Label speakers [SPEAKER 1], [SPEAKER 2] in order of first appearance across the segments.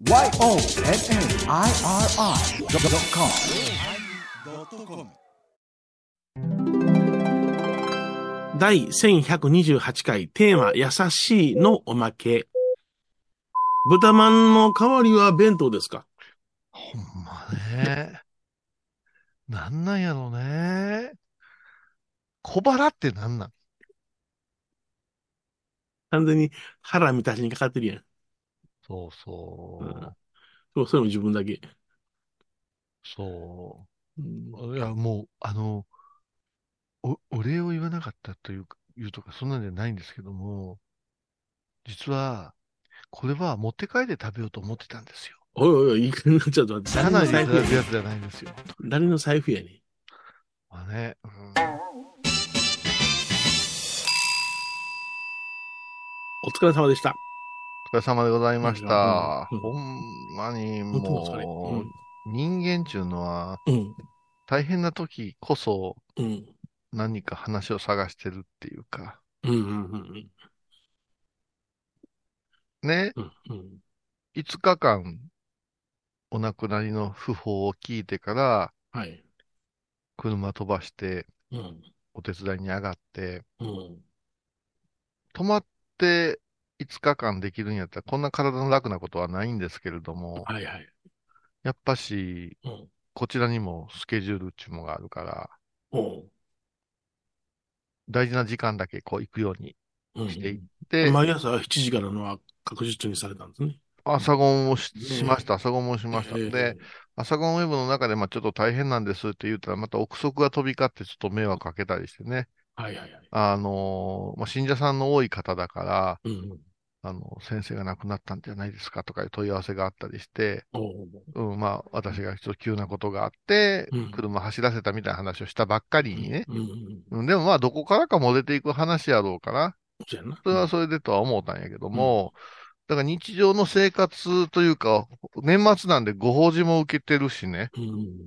[SPEAKER 1] YONNIRI.com 第1128回テーマ優しいのおまけ。豚まんの代わりは弁当ですか？
[SPEAKER 2] ほんまね。なんなんやろね。小腹ってなんなん？
[SPEAKER 1] 完全に腹満たしにかかってるやん。
[SPEAKER 2] そう
[SPEAKER 1] うん。
[SPEAKER 2] そう。
[SPEAKER 1] それも自分だけ。
[SPEAKER 2] そ
[SPEAKER 1] うん。
[SPEAKER 2] う。いや、もう、お礼を言わなかったというか、言うとか、そんなんじゃないんですけども、実は、これは持って帰って食べようと思ってたんですよ。
[SPEAKER 1] おいおいおい、いい加減になっちゃうと、誰の
[SPEAKER 2] 車内でい
[SPEAKER 1] 財布やねん。
[SPEAKER 2] ただくやつじゃないんですよ。
[SPEAKER 1] 誰の財布やねん。
[SPEAKER 2] まあね、
[SPEAKER 1] お疲れ様でした。
[SPEAKER 2] お疲れ様でございまし
[SPEAKER 1] うん、うん、
[SPEAKER 2] た。
[SPEAKER 1] うん。
[SPEAKER 2] ほんまに
[SPEAKER 1] 本当のそれ。う
[SPEAKER 2] もう、
[SPEAKER 1] ん、
[SPEAKER 2] 人間っていうのは、
[SPEAKER 1] うん、
[SPEAKER 2] 大変な時こそ
[SPEAKER 1] うん、
[SPEAKER 2] 何か話を探してるっていうか、
[SPEAKER 1] うん、うん、うん、
[SPEAKER 2] ね、
[SPEAKER 1] うん、うん。
[SPEAKER 2] 5日間お亡くなりの訃報を聞いてから
[SPEAKER 1] はい。
[SPEAKER 2] 車飛ばして
[SPEAKER 1] うん、
[SPEAKER 2] お手伝いに上がって、
[SPEAKER 1] うん。
[SPEAKER 2] 泊まって5日間できるんやったらこんな体の楽なことはないんですけれども、
[SPEAKER 1] はいはい。
[SPEAKER 2] やっぱし
[SPEAKER 1] うん、
[SPEAKER 2] こちらにもスケジュールっていうのがあるから、
[SPEAKER 1] うん、
[SPEAKER 2] 大事な時間だけこう行くように
[SPEAKER 1] うん。
[SPEAKER 2] していっ
[SPEAKER 1] うん。
[SPEAKER 2] て、
[SPEAKER 1] 毎朝7時からのは確実にされたんですね。
[SPEAKER 2] 朝ごんをしました。
[SPEAKER 1] え
[SPEAKER 2] 朝ごんもし
[SPEAKER 1] え、
[SPEAKER 2] ました。で、
[SPEAKER 1] ええ、
[SPEAKER 2] 朝ごんウェブの中で、ちょっと大変なんですって言ったら、また憶測が飛び交ってちょっと迷惑かけたりしてね。
[SPEAKER 1] はいはいはい。
[SPEAKER 2] 信者さんの多い方だから、
[SPEAKER 1] うん、
[SPEAKER 2] 先生が亡くなったんじゃないですかとかいう問い合わせがあったりして、
[SPEAKER 1] おう、
[SPEAKER 2] 私がちょっと急なことがあって、
[SPEAKER 1] うん、
[SPEAKER 2] 車走らせたみたいな話をしたばっかりにね。
[SPEAKER 1] うん、うん、
[SPEAKER 2] でもどこからか漏れていく話やろうから、
[SPEAKER 1] そうやな。
[SPEAKER 2] それ
[SPEAKER 1] うん、
[SPEAKER 2] はそれでとは思ったんやけど
[SPEAKER 1] うん、
[SPEAKER 2] も、だから日常の生活というか、年末なんでご法事も受けてるしね、
[SPEAKER 1] うん、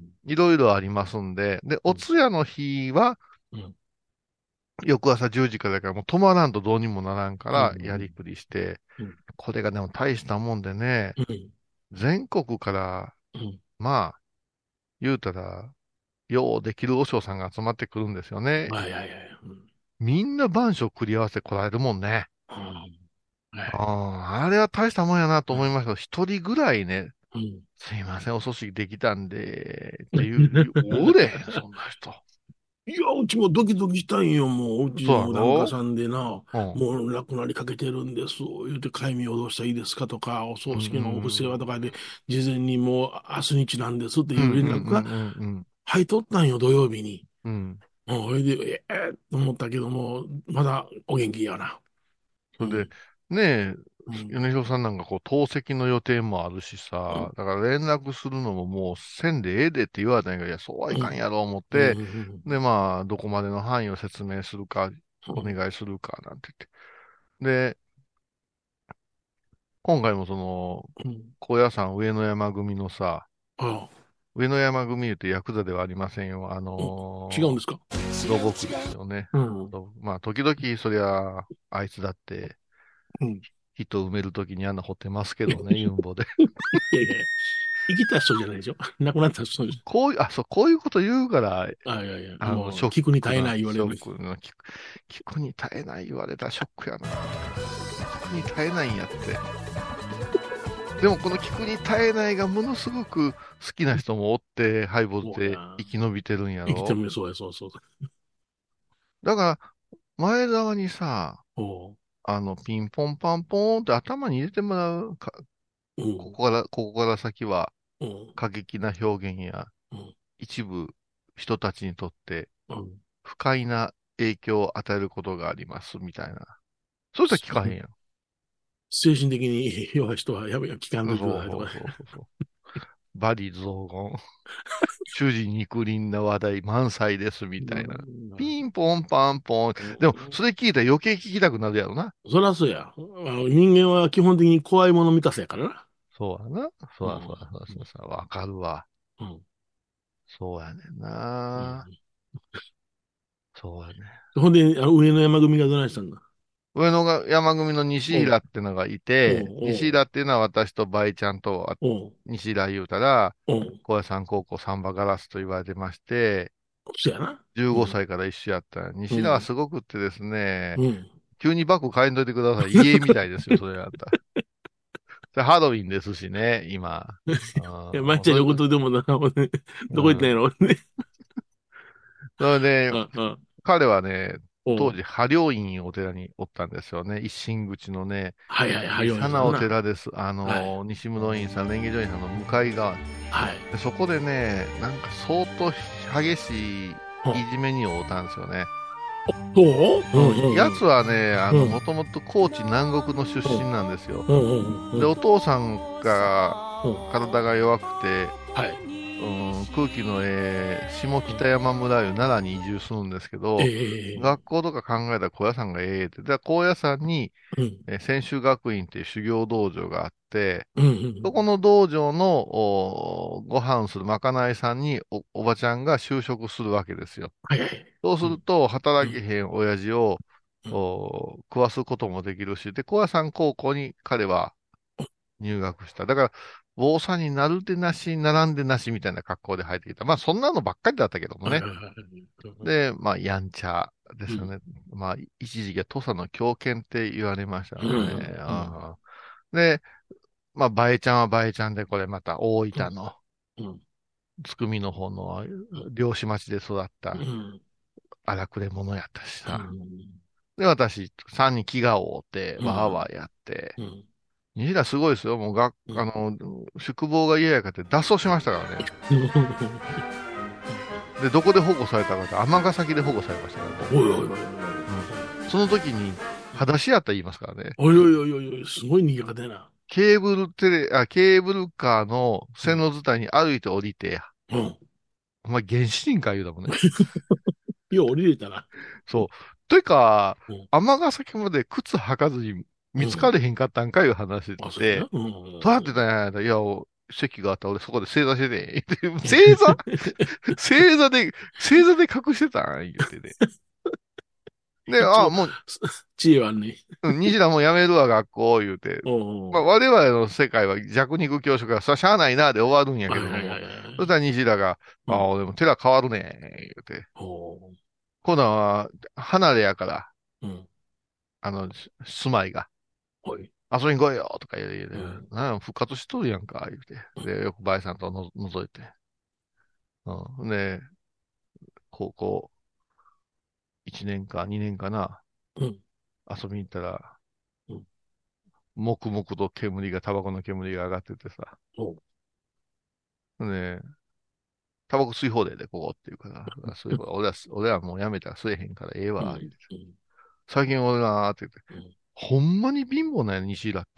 [SPEAKER 2] いろいろありますんで、で、
[SPEAKER 1] うん、
[SPEAKER 2] お通夜の日は、
[SPEAKER 1] うん、
[SPEAKER 2] 翌朝10時からだからもう泊まらんとどうにもならんか
[SPEAKER 1] うん、
[SPEAKER 2] らやりくりして、
[SPEAKER 1] うん、
[SPEAKER 2] これがでも大したもんでね、
[SPEAKER 1] うん、
[SPEAKER 2] 全国から、
[SPEAKER 1] うん、
[SPEAKER 2] まあ、言うたら、ようできる和尚さんが集まってくるんですよね。
[SPEAKER 1] はいはいはい。うん、
[SPEAKER 2] みんな番所繰り合わせ来られるもんね。
[SPEAKER 1] はい。
[SPEAKER 2] あれは大したもんやなと
[SPEAKER 1] うん、
[SPEAKER 2] 思いました。一人ぐらいね、
[SPEAKER 1] うん。
[SPEAKER 2] すいません、お葬式できたんで、っていう、おれへん、そんな人。
[SPEAKER 1] いや、うちもドキドキしたんよ、もう。うち
[SPEAKER 2] そうや
[SPEAKER 1] の檀家
[SPEAKER 2] ろ？
[SPEAKER 1] さんでな、
[SPEAKER 2] うん。
[SPEAKER 1] もう亡くなりかけてるんです。言うて、戒名をどうしたらいいですかとか、お
[SPEAKER 2] うん、
[SPEAKER 1] 葬式のお布施はとかで、
[SPEAKER 2] うん、
[SPEAKER 1] 事前にもう明日日なんですって
[SPEAKER 2] うん、
[SPEAKER 1] いう
[SPEAKER 2] うん、
[SPEAKER 1] 連絡が
[SPEAKER 2] うん、うん、
[SPEAKER 1] 入っとったんよ、土曜日に。
[SPEAKER 2] うん。
[SPEAKER 1] うん、それで、と思ったけども、まだお元気やな。
[SPEAKER 2] それで、
[SPEAKER 1] うん、
[SPEAKER 2] ねえ、
[SPEAKER 1] うん、
[SPEAKER 2] 米広さんなんかこう、透析の予定もあるし
[SPEAKER 1] うん、
[SPEAKER 2] さ、だから連絡するのももう、せんでええでって言われたんやけど、いや、そうはいかん
[SPEAKER 1] うん、
[SPEAKER 2] やろ思っ
[SPEAKER 1] うん、
[SPEAKER 2] て、
[SPEAKER 1] うん、
[SPEAKER 2] で、どこまでの範囲を説明するか、お願いするか、なんて言って。で、今回も
[SPEAKER 1] うん、
[SPEAKER 2] 高野山上野山組のさ、
[SPEAKER 1] ああ、
[SPEAKER 2] 上野山組言うてヤクザではありませんよ。
[SPEAKER 1] うん、違うんですか？
[SPEAKER 2] 土木ですよね。
[SPEAKER 1] うん、
[SPEAKER 2] 時々、そりゃ、あいつだって、
[SPEAKER 1] うん。
[SPEAKER 2] 人埋めるときに穴掘ってますけどね、ユンボで。
[SPEAKER 1] いやいやいや、生きた人じゃないでしょ？亡くなった人でし
[SPEAKER 2] そう、こういうこと言うから、
[SPEAKER 1] ょ？あ、いやいや、もう、
[SPEAKER 2] ショッ
[SPEAKER 1] 聞くに
[SPEAKER 2] クな、
[SPEAKER 1] 耐えない言われる。
[SPEAKER 2] 聞くに耐えない言われたらショックやな。聞くに耐えないんやって。でもこの聞くに耐えないがものすごく好きな人もおって、ハイボーズで
[SPEAKER 1] そうや。
[SPEAKER 2] 生き延びてるんや
[SPEAKER 1] 生きて
[SPEAKER 2] ろ。
[SPEAKER 1] みそうや、そうそう。
[SPEAKER 2] だから、前澤にさ、
[SPEAKER 1] おう、
[SPEAKER 2] ピンポンパンポーンって頭に入れてもらうか、
[SPEAKER 1] うん、
[SPEAKER 2] ここから先は
[SPEAKER 1] うん、
[SPEAKER 2] 過激な表現や
[SPEAKER 1] うん、
[SPEAKER 2] 一部人たちにとって
[SPEAKER 1] うん。
[SPEAKER 2] 不快な影響を与えることがありますみたいな。そうしたら聞かへんやん。
[SPEAKER 1] 精神的に弱い人はやめや聞かん
[SPEAKER 2] そう
[SPEAKER 1] といてくださいとかね。
[SPEAKER 2] そうそうそうそう。バリ雑言。主人肉林な話題満載ですみたいな。
[SPEAKER 1] うん、
[SPEAKER 2] ピンポンパンポン。でも、それ聞いたら余計聞きたくなるやろな。
[SPEAKER 1] そらそうや。人間は基本的に怖いもの見たさやからな。
[SPEAKER 2] そうやな。
[SPEAKER 1] うん、
[SPEAKER 2] わかるわ。
[SPEAKER 1] うん、
[SPEAKER 2] そうやねん
[SPEAKER 1] うん。
[SPEAKER 2] な。そうやね。
[SPEAKER 1] ほんで、上野山組がどないしたんだ？
[SPEAKER 2] 上野が山組の西
[SPEAKER 1] うん。
[SPEAKER 2] 浦ってのがいて、西
[SPEAKER 1] おう
[SPEAKER 2] 浦っていうのは私とバイちゃんと、
[SPEAKER 1] おう
[SPEAKER 2] 西浦言うたら、
[SPEAKER 1] おうおう
[SPEAKER 2] 高野山高校サンバガラスと言われてまして、
[SPEAKER 1] そやな。
[SPEAKER 2] 15
[SPEAKER 1] うん。
[SPEAKER 2] 歳から一緒やった。西浦は
[SPEAKER 1] うん。
[SPEAKER 2] すごくってですね、
[SPEAKER 1] うん。
[SPEAKER 2] 急にバッグ買いんといてください。家みたいですよ、それやったら。それハロウィンですしね、今。
[SPEAKER 1] いや、まっちゃんのこ
[SPEAKER 2] それで、
[SPEAKER 1] とでもな、ほんで
[SPEAKER 2] う
[SPEAKER 1] どこ行ったんや
[SPEAKER 2] ん。
[SPEAKER 1] ろ、ね。
[SPEAKER 2] それで、
[SPEAKER 1] うんうん。
[SPEAKER 2] 彼はね、
[SPEAKER 1] おう
[SPEAKER 2] 当時、波陵院いうお寺におったんですよね。一心口のね、
[SPEAKER 1] はいはい、はよい
[SPEAKER 2] 小さなお
[SPEAKER 1] さんな。
[SPEAKER 2] 寺です。
[SPEAKER 1] はい。
[SPEAKER 2] 西室院さん、蓮華上院さんの向かい側に。
[SPEAKER 1] はい。
[SPEAKER 2] でそこでね、なんか相当激しい
[SPEAKER 1] ほう
[SPEAKER 2] いじめに遭ったんですよね。
[SPEAKER 1] そううん
[SPEAKER 2] うん、
[SPEAKER 1] うんうん。
[SPEAKER 2] やつはね、
[SPEAKER 1] うん。
[SPEAKER 2] もともと高知南国の出
[SPEAKER 1] うん。
[SPEAKER 2] 身なんですよ。
[SPEAKER 1] うんうんう
[SPEAKER 2] で、お
[SPEAKER 1] ん。
[SPEAKER 2] 父さんが
[SPEAKER 1] うん。
[SPEAKER 2] 体が弱くて、
[SPEAKER 1] はい。
[SPEAKER 2] 空気の下
[SPEAKER 1] うん。
[SPEAKER 2] 北山村いう奈良に移住するんですけど、
[SPEAKER 1] ええ
[SPEAKER 2] 学校とか考えたら高野山がええって。で、高野山に、
[SPEAKER 1] うん。
[SPEAKER 2] 専修学院っていう修行道場があって、
[SPEAKER 1] うんうん
[SPEAKER 2] そこの道場のご飯するまかないさんにおばちゃんが就職するわけですよ。
[SPEAKER 1] はいはい。
[SPEAKER 2] そうす
[SPEAKER 1] うん。
[SPEAKER 2] ると、
[SPEAKER 1] うん。
[SPEAKER 2] 働けへん親父を
[SPEAKER 1] うん。
[SPEAKER 2] 食わすこともできるし、で、高野山高校に彼は入学した。だから、坊さんになるでなし、並んでなしみたいな格好で入ってきた。まあ、そんなのばっかりだったけどもね。
[SPEAKER 1] はいはいはい。
[SPEAKER 2] で、まあ、やんちゃで
[SPEAKER 1] うん。
[SPEAKER 2] すよね。まあ、一時期は土佐の狂犬って言われました
[SPEAKER 1] うん。
[SPEAKER 2] ね。
[SPEAKER 1] うん。
[SPEAKER 2] で、まあ、バエちゃんはバエちゃんで、これまた大
[SPEAKER 1] うん。
[SPEAKER 2] 分の、
[SPEAKER 1] うん。
[SPEAKER 2] つくみの方の
[SPEAKER 1] うん。
[SPEAKER 2] 漁師町で育った
[SPEAKER 1] うん。
[SPEAKER 2] 荒くれ者やったし
[SPEAKER 1] う
[SPEAKER 2] さ。
[SPEAKER 1] ん。
[SPEAKER 2] で、私、3人気が合うて、わー
[SPEAKER 1] うん。
[SPEAKER 2] わーやって、
[SPEAKER 1] うん。
[SPEAKER 2] 西田すごいですよ。もう
[SPEAKER 1] うん。
[SPEAKER 2] 宿坊が嫌やかって脱走しましたからね。で、どこで保護されたかって、尼崎で保護されましたからね。
[SPEAKER 1] おいおいおいおいおい。
[SPEAKER 2] うん。その時に、裸足やった言いますからね。
[SPEAKER 1] おいおいおいおいおい、すごい逃げ方やな。
[SPEAKER 2] ケーブルカーの
[SPEAKER 1] うん。
[SPEAKER 2] 線路伝いに歩いて降りて、
[SPEAKER 1] うん。
[SPEAKER 2] お前原始人か言うだもんね。
[SPEAKER 1] よう降りれたな。
[SPEAKER 2] そう。というか、
[SPEAKER 1] うん。
[SPEAKER 2] 尼崎まで靴履かずに見つか
[SPEAKER 1] うん。
[SPEAKER 2] れへんかったんかいう話
[SPEAKER 1] あ、そうや
[SPEAKER 2] で、
[SPEAKER 1] な。うん。
[SPEAKER 2] どうやってたんやいや、席があったら俺そこで正座してて、正座正座で、正座で隠してたん言ってね。で、
[SPEAKER 1] 一応、
[SPEAKER 2] もう、
[SPEAKER 1] 知恵はね。
[SPEAKER 2] 西田もうやめるわ、学校、言うて。
[SPEAKER 1] お
[SPEAKER 2] まあ、
[SPEAKER 1] お。
[SPEAKER 2] 我々の世界は弱肉強食が、さ、しゃあないな、で終わるんや
[SPEAKER 1] はい
[SPEAKER 2] けども、
[SPEAKER 1] はいはいはい。
[SPEAKER 2] そしたら西田が、
[SPEAKER 1] うん。
[SPEAKER 2] 俺も寺変わるね、言うて。
[SPEAKER 1] おお。
[SPEAKER 2] 今度は、離れやから、
[SPEAKER 1] うん。
[SPEAKER 2] 住まいが。
[SPEAKER 1] はい。
[SPEAKER 2] 遊びに来いよとか言うて、
[SPEAKER 1] うん。
[SPEAKER 2] なんや復活しとるやんか、言うて。で、よくバイさんと覗いて。で、高校1年か2年かな、
[SPEAKER 1] うん。
[SPEAKER 2] 遊びに行ったら、
[SPEAKER 1] うん。
[SPEAKER 2] 黙々とタバコの煙が上がっててさ。
[SPEAKER 1] おう。
[SPEAKER 2] で、タバコ吸い放題で、ここっていうから、そういえば、俺はもうやめたら吸えへんからええわ、言う
[SPEAKER 1] うん。
[SPEAKER 2] て。
[SPEAKER 1] うん。
[SPEAKER 2] 最近俺なーって言って、
[SPEAKER 1] うん。
[SPEAKER 2] ほんまに貧乏なんや、西浦って。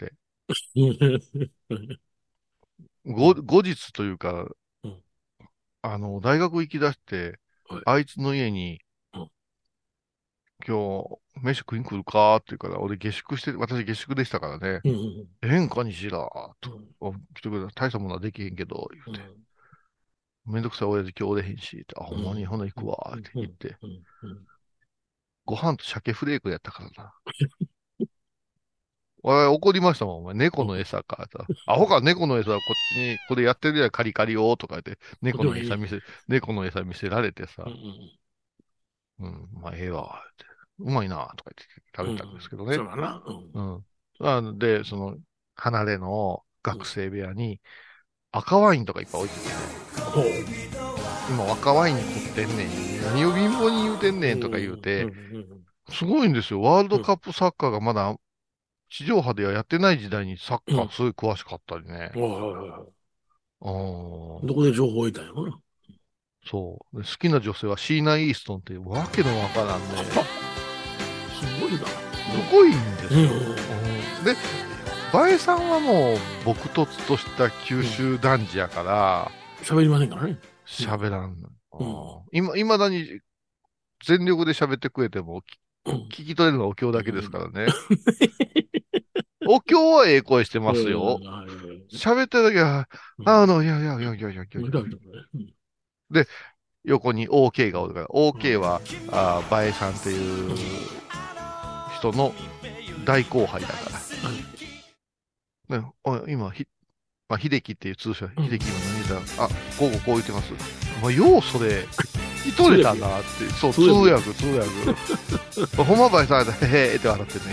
[SPEAKER 1] うん。
[SPEAKER 2] 後日というか、
[SPEAKER 1] うん。
[SPEAKER 2] 大学行き出して、
[SPEAKER 1] はい。
[SPEAKER 2] あいつの家に、
[SPEAKER 1] うん。
[SPEAKER 2] 今日、飯食いに来るかって言うから、俺私下宿でしたからね。
[SPEAKER 1] うん。
[SPEAKER 2] ええんか、西浦と。
[SPEAKER 1] うん。
[SPEAKER 2] 来てくれた。大したものはできへんけど、言うて。
[SPEAKER 1] うん。
[SPEAKER 2] めんどくさい親父今日おれへんし、ほんまに、
[SPEAKER 1] うん。
[SPEAKER 2] ほな行
[SPEAKER 1] うん。
[SPEAKER 2] くわ、って
[SPEAKER 1] うん。
[SPEAKER 2] 言って。
[SPEAKER 1] うん。うん。
[SPEAKER 2] ご飯と鮭フレークやったからな。俺怒りましたもん、お前。猫の餌か。アホか、猫の餌はこっちに、これやってるやカリカリを、とか言って、猫の餌見せられて
[SPEAKER 1] うん。
[SPEAKER 2] さ、うん、まあ、ええわ、って。うまいな、とか言って食べたんですけどね。
[SPEAKER 1] そうだな。うん。
[SPEAKER 2] うん。で、離れの
[SPEAKER 1] うん。
[SPEAKER 2] 学生部屋に赤ワインとかいっぱい置いててね、
[SPEAKER 1] ほう。
[SPEAKER 2] 今赤ワインに凝ってんねん。何を貧乏に言うてん
[SPEAKER 1] う
[SPEAKER 2] ねんとか言う
[SPEAKER 1] ん。う
[SPEAKER 2] て、
[SPEAKER 1] ん。
[SPEAKER 2] すごいんですよ。ワール
[SPEAKER 1] うん。
[SPEAKER 2] ドカップサッカーがまだ地上波ではやってない時代にサッ
[SPEAKER 1] うん。
[SPEAKER 2] カーすごい詳しかったりね。
[SPEAKER 1] はいはいはい。
[SPEAKER 2] うん。
[SPEAKER 1] どこで情報を得たんやろな。
[SPEAKER 2] そう。で好きな女性はシーナ・イーストンっていうわけのわからんね。
[SPEAKER 1] すごいな。
[SPEAKER 2] すごいんで
[SPEAKER 1] うん。
[SPEAKER 2] すよ。
[SPEAKER 1] うん。
[SPEAKER 2] うん、で、バエさんはもう、朴突とした九
[SPEAKER 1] うん。
[SPEAKER 2] 州男児やから、
[SPEAKER 1] 喋りませんからね。うん。
[SPEAKER 2] 喋らん。
[SPEAKER 1] うん。
[SPEAKER 2] いまだに全力で喋ってくれても、
[SPEAKER 1] うん。
[SPEAKER 2] 聞き取れるのはお経だけです
[SPEAKER 1] うん。
[SPEAKER 2] からね。お経はええ声して
[SPEAKER 1] う
[SPEAKER 2] ますよ。
[SPEAKER 1] ん。はい。
[SPEAKER 2] 喋ってるときは、
[SPEAKER 1] うん。
[SPEAKER 2] いやいやいやいやいやいやいや。
[SPEAKER 1] 見た人ね。うん。
[SPEAKER 2] で、横に OK がおるから、
[SPEAKER 1] う
[SPEAKER 2] OK
[SPEAKER 1] ん。
[SPEAKER 2] は、バエさんっていう人の大後輩だから。ね、今、まあ、秀樹っていう通称、秀樹今何言ったら、こう言ってます。まあ、ようそれ、聞き取れたなって、そう、通訳。ほんまばいさんだ、へへって笑ってね。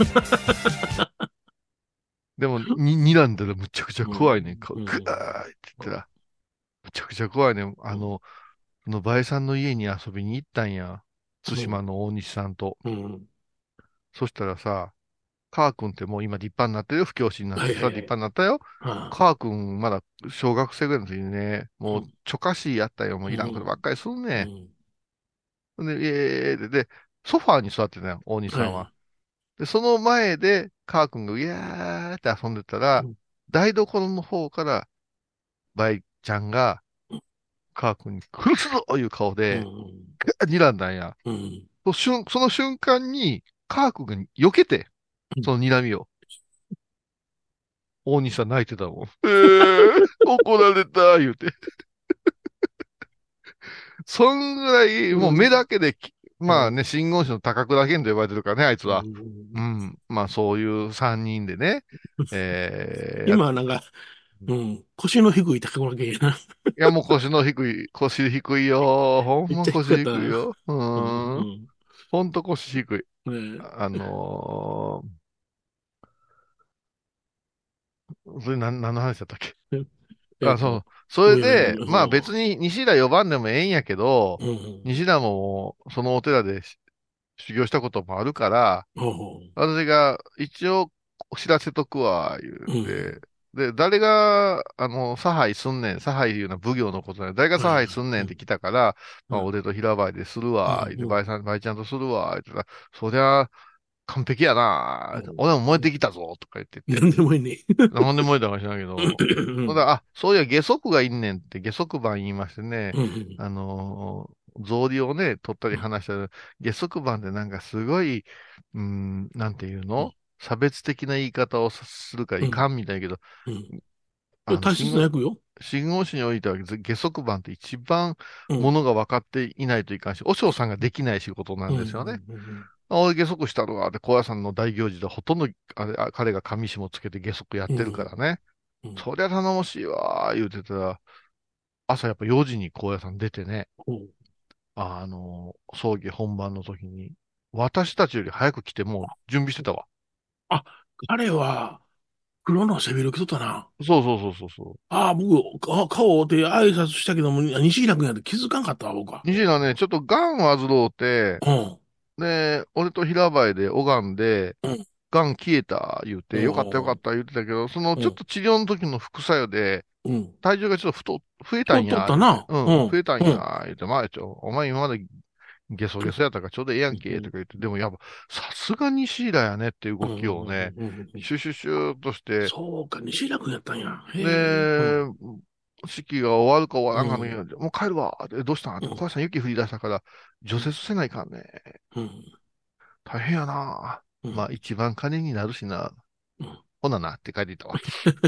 [SPEAKER 2] でも、睨んだらむちゃくちゃ怖いねん。ぐーって言ったら、むちゃくちゃ怖いねん。そのばいさんの家に遊びに行ったんや。対馬の大西さんと。そしたらさ、カー君ってもう今立派になってるよ。不教師になってさ、立派になったよ。カー君まだ小学生ぐらいの時にね、もうちょかしいやったよ。もういらんことばっかりすんねん。で、ソファーに座ってたよ、大西さんは。で、その前で、カー君が、いやーって遊んでたら、台所の方から、バイちゃんが、カー君に、殺すぞいう顔で、睨んだんや。その瞬間に、カー君が避けて、その睨みを。大西さん泣いてたもん。怒られた、言うて。そんぐらい、もう目だけで、まあね、真言宗の高倉健と呼ばれてるからね、あいつは。まあそういう三人でね。
[SPEAKER 1] 今はなんか、腰の低い高倉健やな。
[SPEAKER 2] いやもう腰低いよ。ほんま
[SPEAKER 1] めっちゃ低か
[SPEAKER 2] 腰
[SPEAKER 1] ったな。
[SPEAKER 2] 低いよ。ほんと腰低い。それ何の話だったっけ？そう。それで、まあ別に西田呼ばんでもええんやけど、西田もそのお寺で修行したこともあるから、私が一応知らせとくわ、言うて、で、誰が、差配すんねん、差配いうのは奉行のことなんで、誰が差配すんねんって来たから、まあ俺と平林でするわ、言うて、バイちゃんとするわ、言ってたら、そりゃ、完璧やな、俺も燃えてきたぞ、とか言ってて。
[SPEAKER 1] なんでもいいね。
[SPEAKER 2] なんで燃えたか知らんけど、そういや下足がいんねんって下足番言いましてね、草履をね、取ったり離したら、下足番でなんかすごい、なんていうの、差別的な言い方をするからいかんみたいだけど、
[SPEAKER 1] 大切な役よ。
[SPEAKER 2] 信号師においては下足番って一番ものが分かっていないといかんし、和尚さんができない仕事なんですよね。俺下足したのは、高野山の大行事でほとんど彼が上下つけて下足やってるからね。そりゃ頼もしいわー言うてたら、朝やっぱ4時に高野山出てね、葬儀本番の時に、私たちより早く来てもう準備してたわ。
[SPEAKER 1] 彼は、黒の背広着とったな。
[SPEAKER 2] そう。
[SPEAKER 1] 僕、顔をって挨拶したけども、西平君やって気づかんかったわ、僕は。
[SPEAKER 2] 西平ね、ちょっと癌を患うて、で、俺と平林で拝んで、癌消えた言うて、よかった言ってたけど、そのちょっと治療の時の副作用で、体重がちょっと増えたんや。増えたんや。言うて、お前今までゲソゲソやったからちょうどええやんけ、とか言って、でもやっぱ、さすが西平やねっていう動きをね、シュシュシューとして。
[SPEAKER 1] そうか、西平君やったんや。
[SPEAKER 2] で、式が終わるか終わらんかのに、もう帰るわ。どうしたん？お母さん雪降り出したから、除雪せないかんね。大変やな。まあ一番金になるしな。ほななって書いていたわ。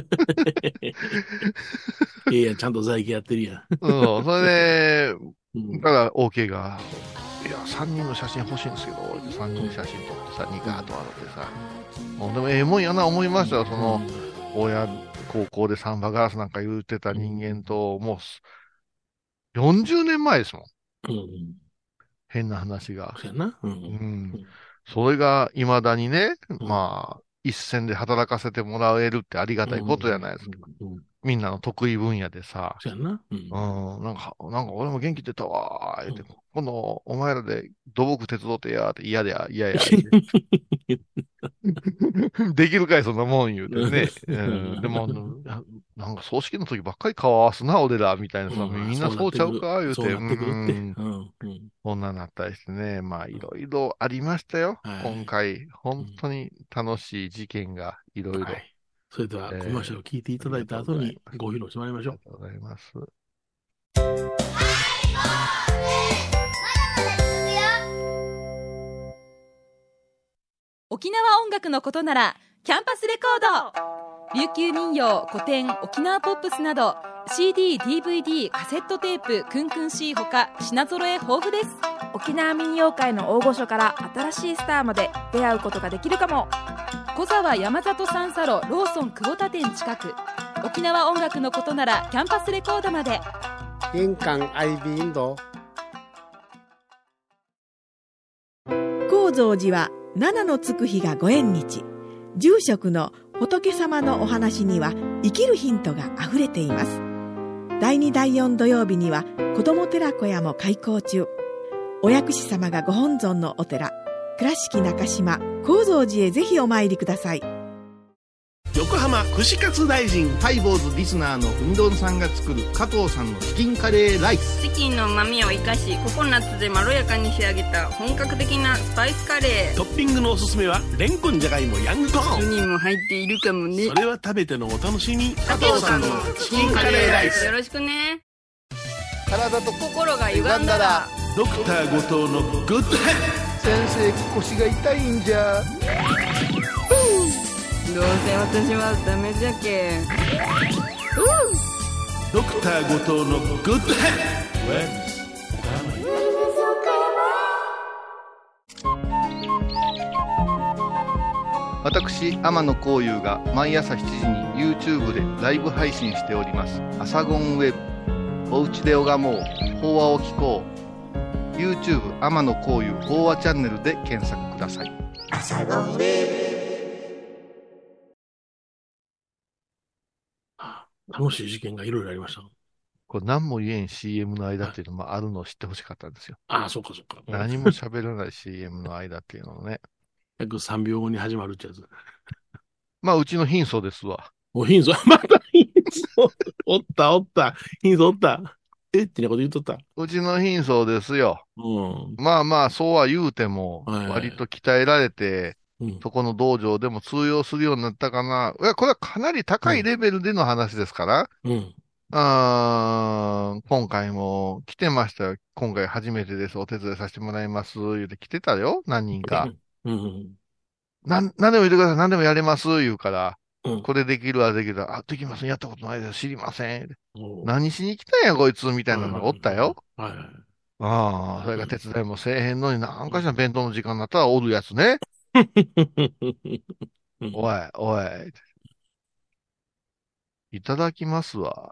[SPEAKER 1] いや、ちゃんと在家やってるやん。
[SPEAKER 2] それで、だから OK が、いや、3人の写真欲しいんですけど、3人写真撮ってさ、2カーと笑ってさ、でもええもんやな思いましたよ、その、高校でサンバガラスなんか言ってた人間と、もう、40年前ですもん。変な話が。それが未だにね、まあ、一線で働かせてもらえるってありがたいことじゃないですか。みんなの得意分野でさ。なんか俺も元気出たわーって、今度お前らで土木手伝ってやーって嫌や。できるかいそんなもん言うてね。でも、なんか葬式の時ばっかり顔合わすな、俺ら、みたいなさ、みんなそうちゃうか言うて、こんななったりしてね、まあいろいろありましたよ。今回、本当に楽しい事件がいろいろ。
[SPEAKER 1] それでは、コマーシャルを聞いていただいた後にご披露してもらいましょう。
[SPEAKER 2] ありがとうございます。
[SPEAKER 3] 沖縄音楽のことならキャンパスレコード琉球民謡、古典、沖縄ポップスなど CD、DVD、カセットテープ、クンクン C ほか品揃え豊富です。
[SPEAKER 4] 沖縄民謡界の大御所から新しいスターまで出会うことができるかも。
[SPEAKER 3] 小沢山里三佐路ローソン久保田店近く。沖縄音楽のことならキャンパスレコードまで。
[SPEAKER 5] 玄関アイビーンド。
[SPEAKER 6] 高蔵寺は七のつく日がご縁日。住職の仏様のお話には生きるヒントがあふれています。第2第4土曜日には子ども寺小屋も開校中。お薬師様がご本尊のお寺、倉敷中島・高蔵寺へぜひお参りください。
[SPEAKER 1] 横浜串カツ大臣
[SPEAKER 7] ハイボーズリスナーのうみどんさんが作る加藤さんのチキンカレーライス。
[SPEAKER 8] チキンの旨味を生かしココナッツでまろやかに仕上げた本格的なスパイスカレー。
[SPEAKER 1] トッピングのおすすめはレンコン、じゃがいも、ヤングコーン。
[SPEAKER 8] 1人も入っているかもね。
[SPEAKER 1] それは食べてのお楽しみ。
[SPEAKER 8] 加藤さんのチキンカレーライス、よろしくね。
[SPEAKER 7] 体と
[SPEAKER 8] 心が歪んだら
[SPEAKER 1] ドクター後藤のグッドヘッド。
[SPEAKER 7] 先生、腰が痛いんじゃ。
[SPEAKER 8] どうせ私はダメじゃけ。
[SPEAKER 1] ドクター後藤のグッドヘッ
[SPEAKER 2] ド。私、天野幸雄が毎朝7時に YouTube でライブ配信しております。アサゴンウェブ。おうちで拝もう。法話を聞こう。YouTube 天野幸雄法話チャンネルで検索ください。アサゴンウェブ。
[SPEAKER 1] 楽しい事件がいろいろありました。
[SPEAKER 2] これ何も言えん CM の間っていうのもあるのを知ってほしかったんですよ。
[SPEAKER 1] ああ、そうかそうか。
[SPEAKER 2] 何も喋らない CM の間っていうのをね。
[SPEAKER 1] 約3秒後に始まるってやつ。
[SPEAKER 2] まあ、うちの貧相ですわ。
[SPEAKER 1] お、貧相、また貧相。おった。貧相おった。ってなこと言っとった。
[SPEAKER 2] うちの貧相ですよ。
[SPEAKER 1] うん。
[SPEAKER 2] まあまあ、そうは言うても、
[SPEAKER 1] はいはい
[SPEAKER 2] 割と鍛えられて、そこの道場でも通用するようになったかな。いや、これはかなり高いレベルでの話ですから。今回も来てましたよ。今回初めてです。お手伝いさせてもらいます。言うて来てたよ。何人か。何でも言ってください。何でもやれます。言うから。これできるわ、できるわ。あ、できません。やったことないです。知りません。何しに来たんや、こいつ。みたいなのがおったよ。ああ、それが手伝いもせえへんのになんかしら弁当の時間になったらおるやつね。おい。いただきますわ。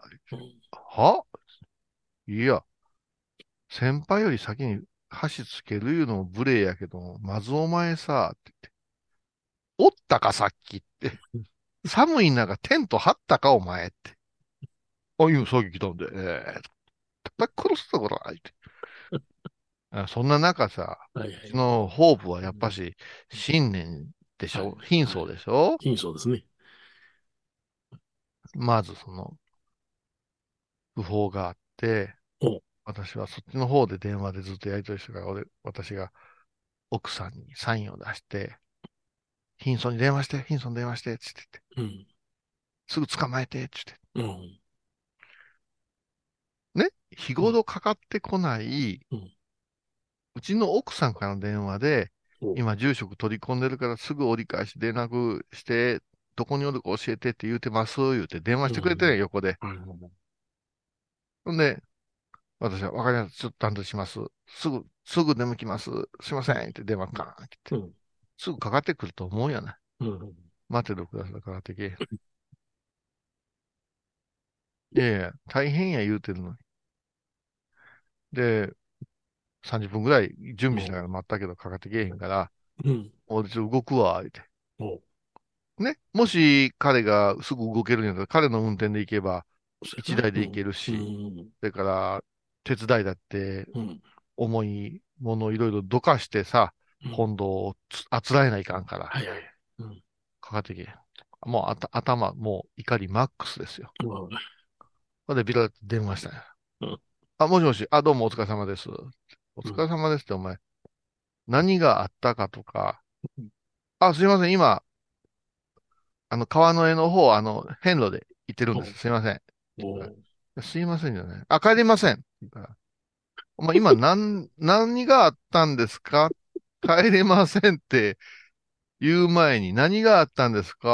[SPEAKER 2] はいや、先輩より先に箸つけるいうのも無礼やけど、まずお前さ、って言って。おったか、さっきって。寒い中テント張ったか、お前って。あ、今さっき来たんで、たった殺すぞ、こら、って。そんな中さ、そのホープはやっぱし、信念でしょ、貧相でしょ。
[SPEAKER 1] 貧相ですね。
[SPEAKER 2] まずその、訃報があって、私はそっちの方で電話でずっとやり取りしてから、私が奥さんにサインを出して、貧相に電話して、つって言って、すぐ捕まえて、つって。ね、日頃かかってこない、うちの奥さんからの電話で、今住職取り込んでるからすぐ折り返し連絡して、どこにおるか教えてって言うてます、言うて電話してくれてね、横で。ほんで、私は、わかります。ちょっと担当します。すぐ出向きます。すいません。って電話カーンって。すぐかかってくると思うやない。待てどください。かかってけ。いやいや、大変や言うてるのに。で、30分ぐらい準備しながら待ったけどかかってけえへんから、俺ちょっと動くわ、言うて。ね。もし彼がすぐ動けるんやったら、彼の運転で行けば、1台で行けるし、それから、手伝いだって、重いものをいろいろどかしてさ、本堂をあつらえないかんから、かかってけ。もう頭、もう怒りマックスですよ。ほんで、ビラって電話したんや。あ、もしもし、どうもお疲れ様です。お疲れ様ですって、お前、何があったかとか、すいません、今、川の江の方、遍路で行ってるんです。すいません。すいませんじゃない。帰りません。お前、今、何があったんですか？帰れませんって言う前に、何があったんですか？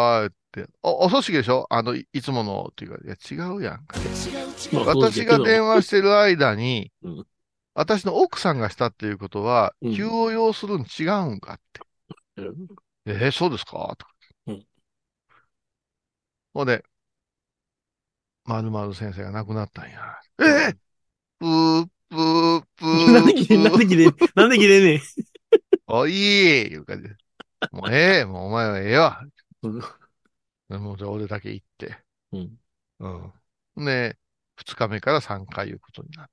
[SPEAKER 2] て、お葬式でしょいつものっていうか、いや、違うやんか。
[SPEAKER 1] まあ
[SPEAKER 2] 私が電話してる間に、
[SPEAKER 1] うん
[SPEAKER 2] 私の奥さんがしたっていうことは、
[SPEAKER 1] うん
[SPEAKER 2] 急を要するん違うんかって。そうですかとか。
[SPEAKER 1] うん
[SPEAKER 2] ほんで、〇〇先生が亡くなったんや。プー、プー、プー。
[SPEAKER 1] なんで切れん、なんで切れん、なんで切れんねん。
[SPEAKER 2] おいいう感じで。もうもうお前はええわ。
[SPEAKER 1] うん
[SPEAKER 2] もうじゃあ俺だけ行って。
[SPEAKER 1] うん
[SPEAKER 2] うん。で、二日目から3回いうことになって、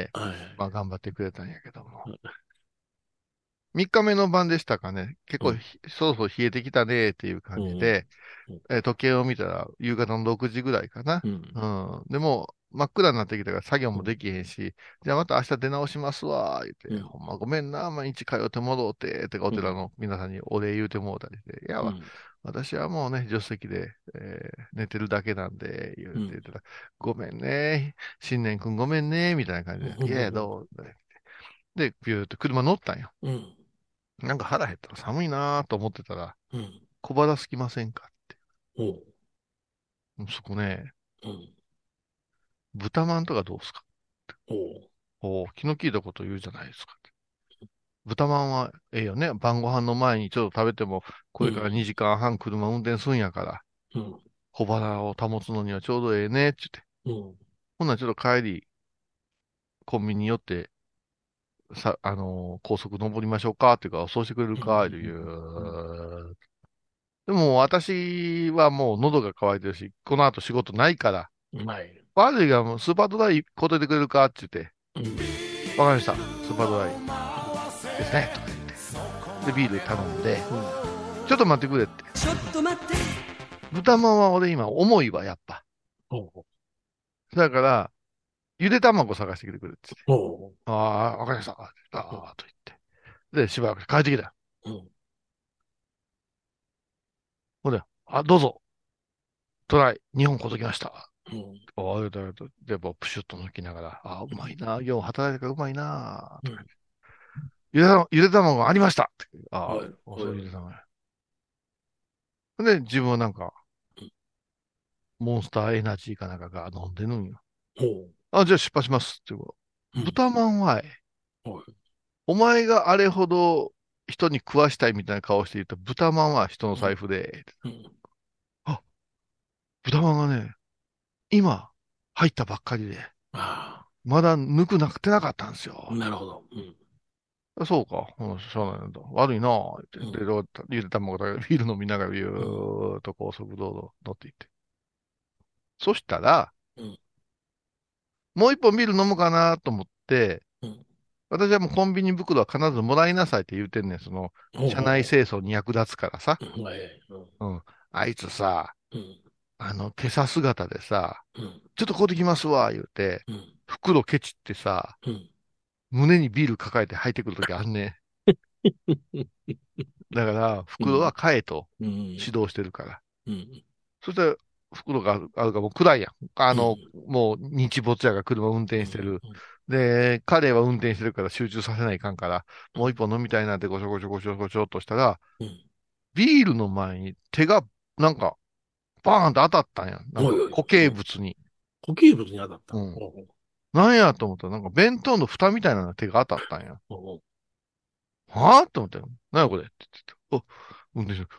[SPEAKER 1] はい
[SPEAKER 2] まあ頑張ってくれたんやけども。3日目の晩でしたかね。結構そろそろ冷えてきたねっていう感じで、時計を見たら夕方の6時ぐらいかな。でも真っ暗になってきたから作業もできへんし、じゃあまた明日出直しますわ、言って、ほんまごめんな、毎日通って戻って、ってかお寺の皆さんにお礼言うてもうたりして、いや、私はもうね、助手席で、寝てるだけなんで、言ってたら、ごめんね、新年くんごめんね、みたいな感じで、いやいや、どうで、ピューって車乗ったんよ。なんか腹減ったら寒いなと思ってたら、小腹すきませんかって。そこね、豚まんとかどうすか気の利いたこと言うじゃないですか。豚まんはええよね。晩ご飯の前にちょっと食べても、これから2時間半車運転するんやから、小腹を保つのにはちょうどええね、って言って。ほんならちょっと帰り、コンビニ寄って、高速登りましょうかっていうか、そうしてくれるか、いう。でも私はもう喉が渇いてるし、この後仕事ないから、悪いがもうスーパードライ答えてくれるかって言って、わかりました、スーパードライですね、とか言って。で、ビール頼んで、ちょっと待ってくれって。ちょっと待って。豚まんは俺今重いわ、やっぱ。だから、ゆで卵探してきてくれって言って。ああ、わかりました。と言って。で、しばらく帰ってきた。ほんで、どうぞ。トライ、2本届きました。ああ、やっぱプシュッと抜きながら、うまいな。よう働いてからうまいな。ゆで卵ありました。そうゆで卵。で、自分はなんか、モンスターエナジーかなんかが飲んでるんよ。じゃあ出発しますって豚まんはお前があれほど人に食わしたいみたいな顔して言った豚まんは人の財布で、豚まんがね、今入ったばっかりで、まだ抜くなくてなかったんですよ。
[SPEAKER 1] なるほど。
[SPEAKER 2] そうか。しょうがないんだ。悪いなぁ。って。で、ゆで卵だけビール飲みながらビューっと高速道路乗っていって。そしたら、もう一本ビール飲むかなと思って、私はもうコンビニ袋は必ずもらいなさいって言うてんねん。車内清掃に役立つからさ。あいつさ、今朝姿でさ、ちょっと買うてきますわ、言うて、袋ケチってさ、胸にビール抱えて入ってくるときあんねん。だから、袋は買えと指導してるから。そしたら、袋があるからもう暗いやん。もう日没やが車運転してる。で、彼は運転してるから集中させないかんから、もう一本飲みたいなってごちょごちょごちょごちょっとしたら、ビールの前に手が、なんか、バーンと当たったんや。なんか固形物に。
[SPEAKER 1] 固形物に当たった。
[SPEAKER 2] なんやと思ったら、なんか弁当の蓋みたいなの手が当たったんや。はぁと思ったよ。なんやこれって言ってた。運転手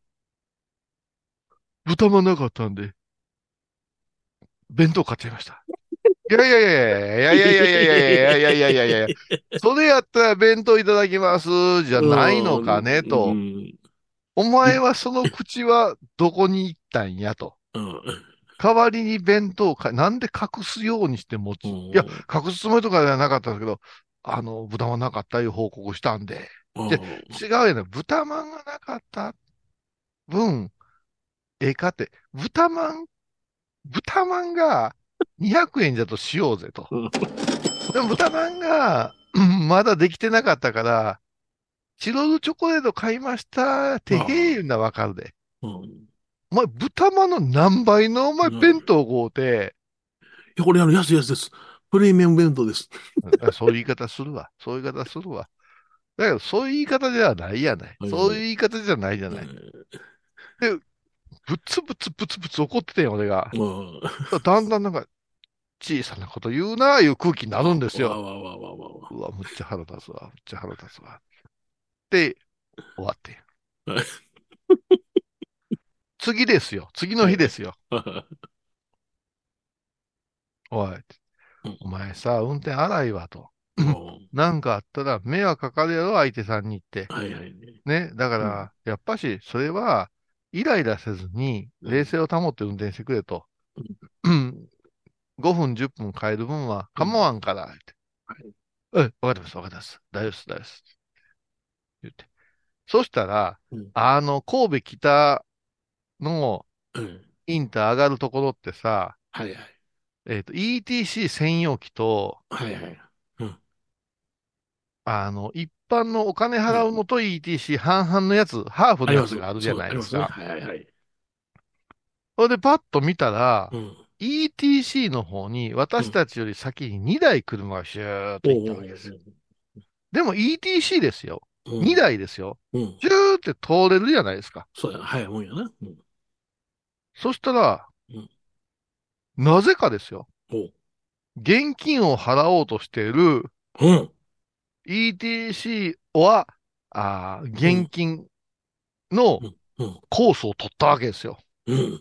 [SPEAKER 2] 豚まんなかったんで、弁当買っちゃいました。いやいやいやいやいやいやいやいやいやいやいやいやいやそれやったら弁当いただきますじゃないのかねと。お前はその口はどこに行ったんやと。代わりに弁当なんで隠すようにして持つ。いや、隠すつもりとかではなかったんですけど、豚まんなかったいう報告したんで。違うやな、豚まんがなかった分、かって、豚まんが200円だとしようぜと。でも豚まんが、まだできてなかったから、チロルチョコレート買いましたって言うのはわかるで。お前、豚まんの何倍のお前弁当買うて。
[SPEAKER 1] いや、これ安いやつです。プレミアム弁当です。
[SPEAKER 2] そういう言い方するわ。そういう言い方するわ。だけど、そういう言い方ではないやない。そういう言い方じゃないじゃない。で、 ブツブツブツブツ怒っててんよ、俺が。
[SPEAKER 1] うん。
[SPEAKER 2] だんだんなんか、小さなこと言うな、いう空気になるんですよ。
[SPEAKER 1] わわわわわわ。
[SPEAKER 2] うわ、むっちゃ腹立つわ、むっちゃ腹立つわ。で、終わって。次ですよ。次の日ですよ。おい、お前さ、運転荒いわと。なんかあったら迷惑かかるやろ、相手さんにって。
[SPEAKER 1] はいはい。
[SPEAKER 2] ね。だから、やっぱし、それは、イライラせずに、冷静を保って運転してくれと。5分、10分変える分は構わんから、って。わかります、わかります。大丈夫です、大丈夫です。言って。そしたら、神戸北のインター上がるところってさ、
[SPEAKER 1] はいはい。
[SPEAKER 2] ETC 専用機と、
[SPEAKER 1] はいはい。
[SPEAKER 2] 一般のお金払うのと ETC 半々のやつ、ハーフのやつがあるじゃ
[SPEAKER 1] そう、ありますね。
[SPEAKER 2] ないですか。
[SPEAKER 1] はいはいはい。
[SPEAKER 2] それでパッと見たら、
[SPEAKER 1] うん。
[SPEAKER 2] ETC の方に私たちより先に2台車がシューッと行ったわけですよ。でも ETC ですよ。2台ですよ。シューって通れるじゃないですか。
[SPEAKER 1] そうや、早いもんやな。
[SPEAKER 2] そしたら、なぜかですよ。現金を払おうとしている ETC は、現金のコースを取ったわけですよ。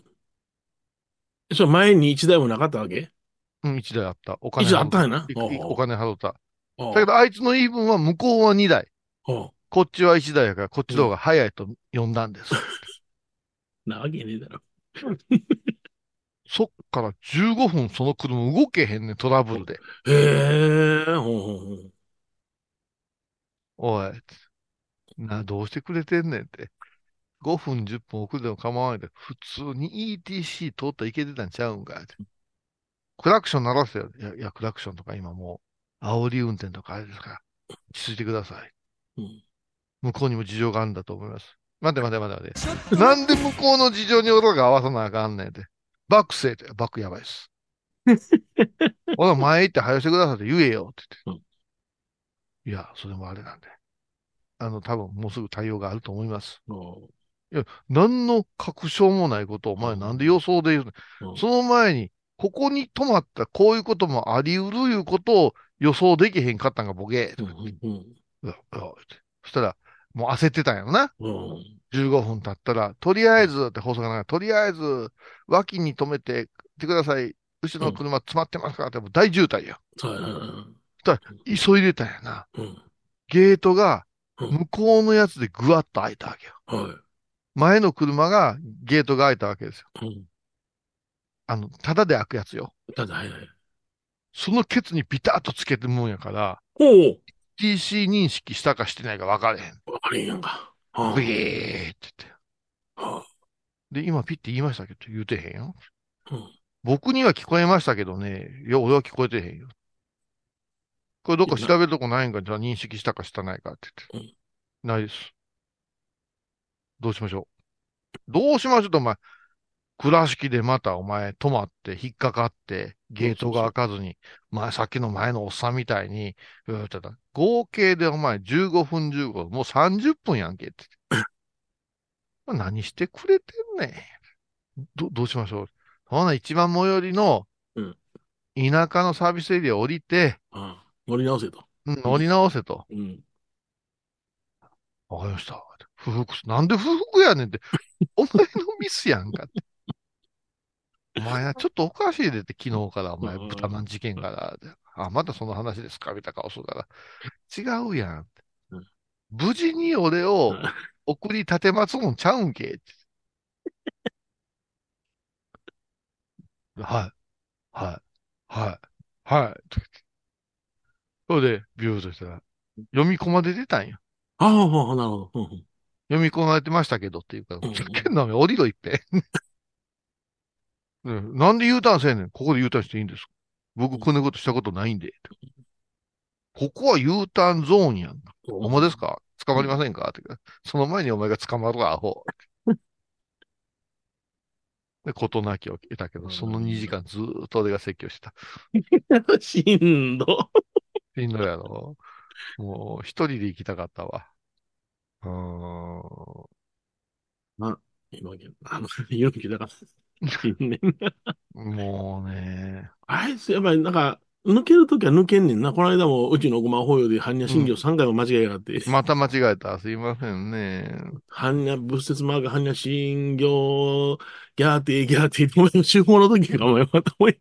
[SPEAKER 1] それ前に1台もなかったわけ？
[SPEAKER 2] うん、1台あった。お
[SPEAKER 1] 金払った。1台あったんや
[SPEAKER 2] な。お金払った。
[SPEAKER 1] だ
[SPEAKER 2] けど、あいつの言い分は向こうは2台。こっちは1台やから、こっちの方が早いと呼んだんです。
[SPEAKER 1] なわけねえだろ。
[SPEAKER 2] そっから15分その車動けへんねん、トラブルで。
[SPEAKER 1] へえ、
[SPEAKER 2] おい、どうしてくれてんねんって。5分、10分遅れても構わないで、普通に ETC 通ったらいけてたんちゃうんかって。クラクション鳴らせよ。いや、クラクションとか今もう、煽り運転とかあれですから、落ち着いてください。向こうにも事情があるんだと思います。待て待て待て待て。なんで向こうの事情に俺が合わさなあかんねんって。バックせえって、バックやばいっす。ほら、前行って早してくださいって言えよって言って。いや、それもあれなんで。多分もうすぐ対応があると思います。いや、何の確証もないことをお前なんで予想で言うの？その前に、ここに止まったこういうこともあり得るいうことを予想できへんかったんがボケ。そしたら、もう焦ってたんやろな。15分経ったら、とりあえずって放送がない。とりあえず、脇に止めてってください。後ろの車詰まってますかって、もう大渋滞や。そしたら、急いでたんやな。ゲートが、向こうのやつでぐわっと開いたわけよ。前の車がゲートが開いたわけですよ。ただで開くやつよ。そのケツにピタッとつけてるもんやから、TC 認識したかしてないか分かれへん。
[SPEAKER 1] 分かれへんやんか。
[SPEAKER 2] ブギーって言って。で、今ピッて言いましたけど、言うてへんよ。僕には聞こえましたけどね、いや、俺は聞こえてへんよ。これどっか調べるとこないんか、じゃあ認識したかしたないかって言って。ないです。どうしましょう。どうしましょうと、お前、倉敷でまたお前止まって引っかかって、ゲートが開かずに、さっきの前のおっさんみたいに、合計でお前15分15分、もう30分やんけって。何してくれてんねん。どうしましょう。ほな、一番最寄りの、田舎のサービスエリア降りて、
[SPEAKER 1] 乗り直せと。
[SPEAKER 2] 乗り直せと。わかりました。不服、なんで不服やねんって。お前のミスやんかって。お前ちょっとおかしいでって、昨日からお前、豚まん事件から。またその話ですかみたいな顔するから。違うやん。無事に俺を送り立てまつもんちゃうんけって。はい。はい。はい。はい。それで、ビューとしたら、読み込まれてたんや。
[SPEAKER 1] なるほど。
[SPEAKER 2] 読み込まれてましたけどっていうから、ふざけんな、降りろいっぺ。なんで U ターンせえねん。ここで U ターンしていいんですか？僕こんなことしたことないんで。ここは U ターンゾーンやん。お前ですか？捕まりませんかって。その前にお前が捕まるわ、アホ。で、事なきを得たけど、その2時間ずーっと俺が説教してた。
[SPEAKER 1] しんど。
[SPEAKER 2] しんどいやろ。もう、一人で行きたかったわ。
[SPEAKER 1] 今、勇気だから。
[SPEAKER 2] もうね。
[SPEAKER 1] あいつ、やっぱりなんか、抜けるときは抜けんねんな。この間もうちの5万法要で般若心経3回も間違いがあって。
[SPEAKER 2] また間違えた。すいませんね。
[SPEAKER 1] 般若仏説マーク般若心経、ギャーテーギャーテーって、手法の時かお前また思い。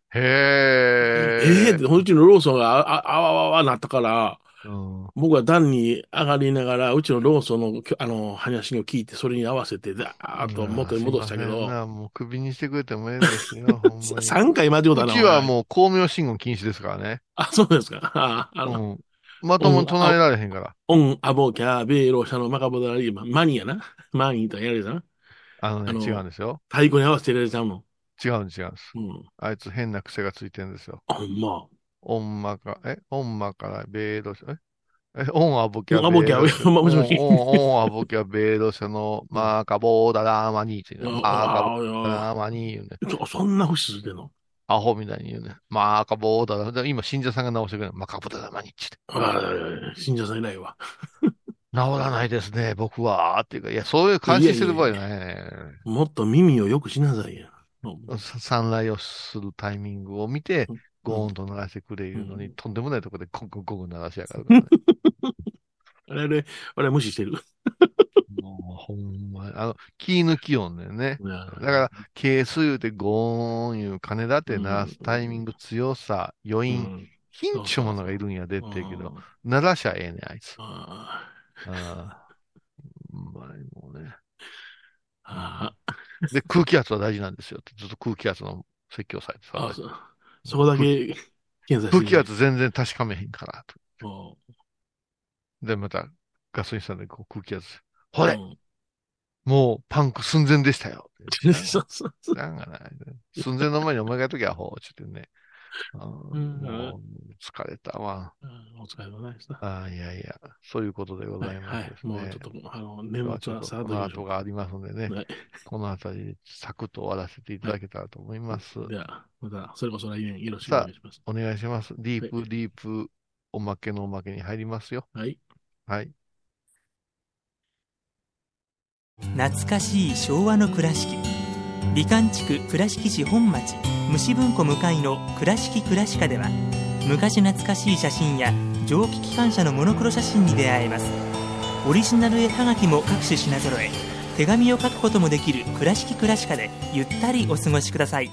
[SPEAKER 2] へ
[SPEAKER 1] って、うちのローソンがあわわわなったから、
[SPEAKER 2] うん、
[SPEAKER 1] 僕は段に上がりながら、うちのローソンの、般若心経を聞いて、それに合わせて、だーっと元に戻したけど。
[SPEAKER 2] もう首にしてくれてもええですよ、ほんまに。
[SPEAKER 1] 3回間違うたな。
[SPEAKER 2] うちはもう光明信号禁止ですからね。
[SPEAKER 1] あ、そうですか。
[SPEAKER 2] まともに唱えられへんから。
[SPEAKER 1] オン、アボキャー、ベーローシャのマカボダラリー、マニやな。マニーとやるじゃん。
[SPEAKER 2] 違うんですよ。
[SPEAKER 1] 太鼓に合わせて入れちゃうの。
[SPEAKER 2] 違うんです。あいつ変な癖がついてるんですよ。
[SPEAKER 1] ほんま。
[SPEAKER 2] オンマからベーロシャ、オンアボキャ
[SPEAKER 1] ベーロシャ。もしもし。
[SPEAKER 2] オンアボキャベーロシャのマーカボーダラーマニーって言うね。マーカボーダラーマニー言うね。
[SPEAKER 1] そんな節ついてんの？
[SPEAKER 2] アホみたいに言うね。マーカボーダラー、今信者さんが直してくれる。マーカボーダラーマニーって。
[SPEAKER 1] 信者さんいないわ。
[SPEAKER 2] 治らないですね、僕は。っていうか、いや、そういう監視してる場合じゃないね。
[SPEAKER 1] もっと耳をよくしなさいよ。
[SPEAKER 2] 散来をするタイミングを見て、ゴーンと鳴らしてくれいうのに、とんでもないところでゴンゴンゴン鳴らしやがるからね。
[SPEAKER 1] あれ無視してる。
[SPEAKER 2] もうほんま、気抜き音だよね。だから、係数言うてゴーンいう金だって鳴らすタイミング、強さ、余韻、ヒンチョものがいるんやでって言うけど、鳴らしゃええねん、あいつ。もうね。で、空気圧は大事なんですよって、ずっと空気圧の説教されてさ。
[SPEAKER 1] そこだけ検査して。
[SPEAKER 2] 空気圧全然確かめへんからと。で、またガソリンスタンドで空気圧。ほれ、もうパンク寸前でしたよ。なんかない。寸前の前にお前がやっときゃほう、ちょっとね。もう疲れたわ。
[SPEAKER 1] お疲れ様ですな。
[SPEAKER 2] いやいや、そういうことでございますね。
[SPEAKER 1] もうちょっと、年末はさあ、
[SPEAKER 2] この後がありますのでね、このあたりでサクッと終わらせていただけたらと思います。
[SPEAKER 1] では、また、それこそ来年よろしくお願いします。
[SPEAKER 2] お願いします。ディープおまけのおまけに入りますよ。
[SPEAKER 1] はい。
[SPEAKER 2] はい。
[SPEAKER 9] 懐かしい昭和の倉敷、美観地区倉敷市本町虫文庫向かいの倉敷倉歯科では、昔懐かしい写真や蒸気機関車のモノクロ写真に出会えます。オリジナル絵はがきも各種品揃え、手紙を書くこともできる倉敷倉歯科でゆったりお過ごしください。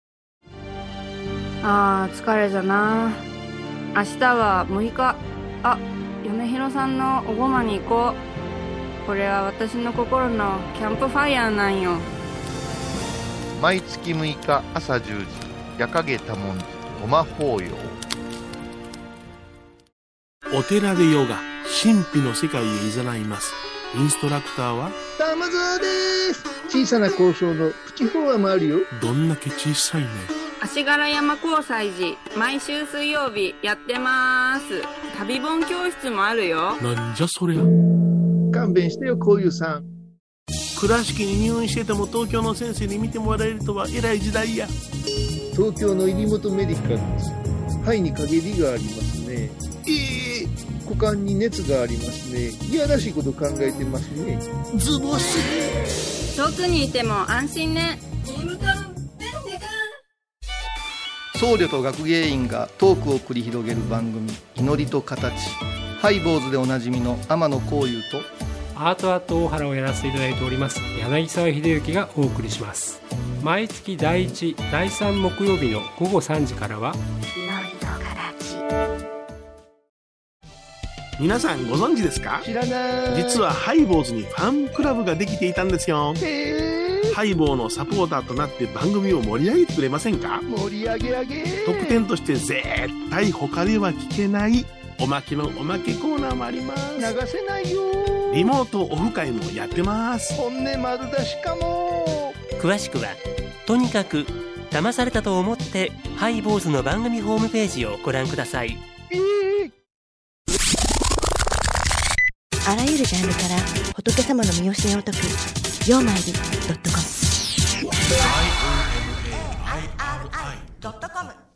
[SPEAKER 8] 疲れじゃな。明日は6日。嫁ひろさんのおごまに行こう。これは私の心のキャンプファイヤーなんよ。
[SPEAKER 2] 毎月6日朝10時、夜影多文字ごま法要。
[SPEAKER 1] お寺でヨガ、神秘の世界へ誘います。インストラクターは
[SPEAKER 10] 玉沢です。小さな交渉のプチフォアもあるよ。
[SPEAKER 1] どんだけ小さいね。
[SPEAKER 8] 足柄山交際時、毎週水曜日やってます。旅本教室もあるよ。
[SPEAKER 1] なんじゃそりゃ。
[SPEAKER 10] 勘弁してよ、こういうさん。
[SPEAKER 1] 倉敷に入院してても東京の先生に見てもらえるとは偉い時代や。
[SPEAKER 10] 東京の入本メディカルです。肺に陰りがありますね。股間に熱がありますね。いやらしいこと考えてますね。
[SPEAKER 1] ズボス。
[SPEAKER 8] 遠くにいても安心ね。
[SPEAKER 11] 僧侶と学芸員がトークを繰り広げる番組、祈りと形。ハイボーズでおなじみの天野幸雄と
[SPEAKER 12] アート大原をやらせていただいております柳沢秀幸がお送りします。毎月第1、第3木曜日の午後3時からは
[SPEAKER 1] 皆さんご存知ですか？
[SPEAKER 10] 知らない。
[SPEAKER 1] 実はハイボーズにファンクラブができていたんですよ。ハイボーのサポーターとなって番組を盛り上げてくれませんか？
[SPEAKER 10] 盛り上げ上げ。
[SPEAKER 1] 特典として絶対他では聞けないおまけのおまけコーナーもあります。
[SPEAKER 10] 流せないよ。
[SPEAKER 1] リモートオフ会もやってます。
[SPEAKER 10] 本音丸出しかも。
[SPEAKER 9] 詳しくはとにかく騙されたと思ってハイボーズの番組ホームページをご覧ください。
[SPEAKER 13] あらゆるジャンルから仏様の身教えを解く曜マイル.com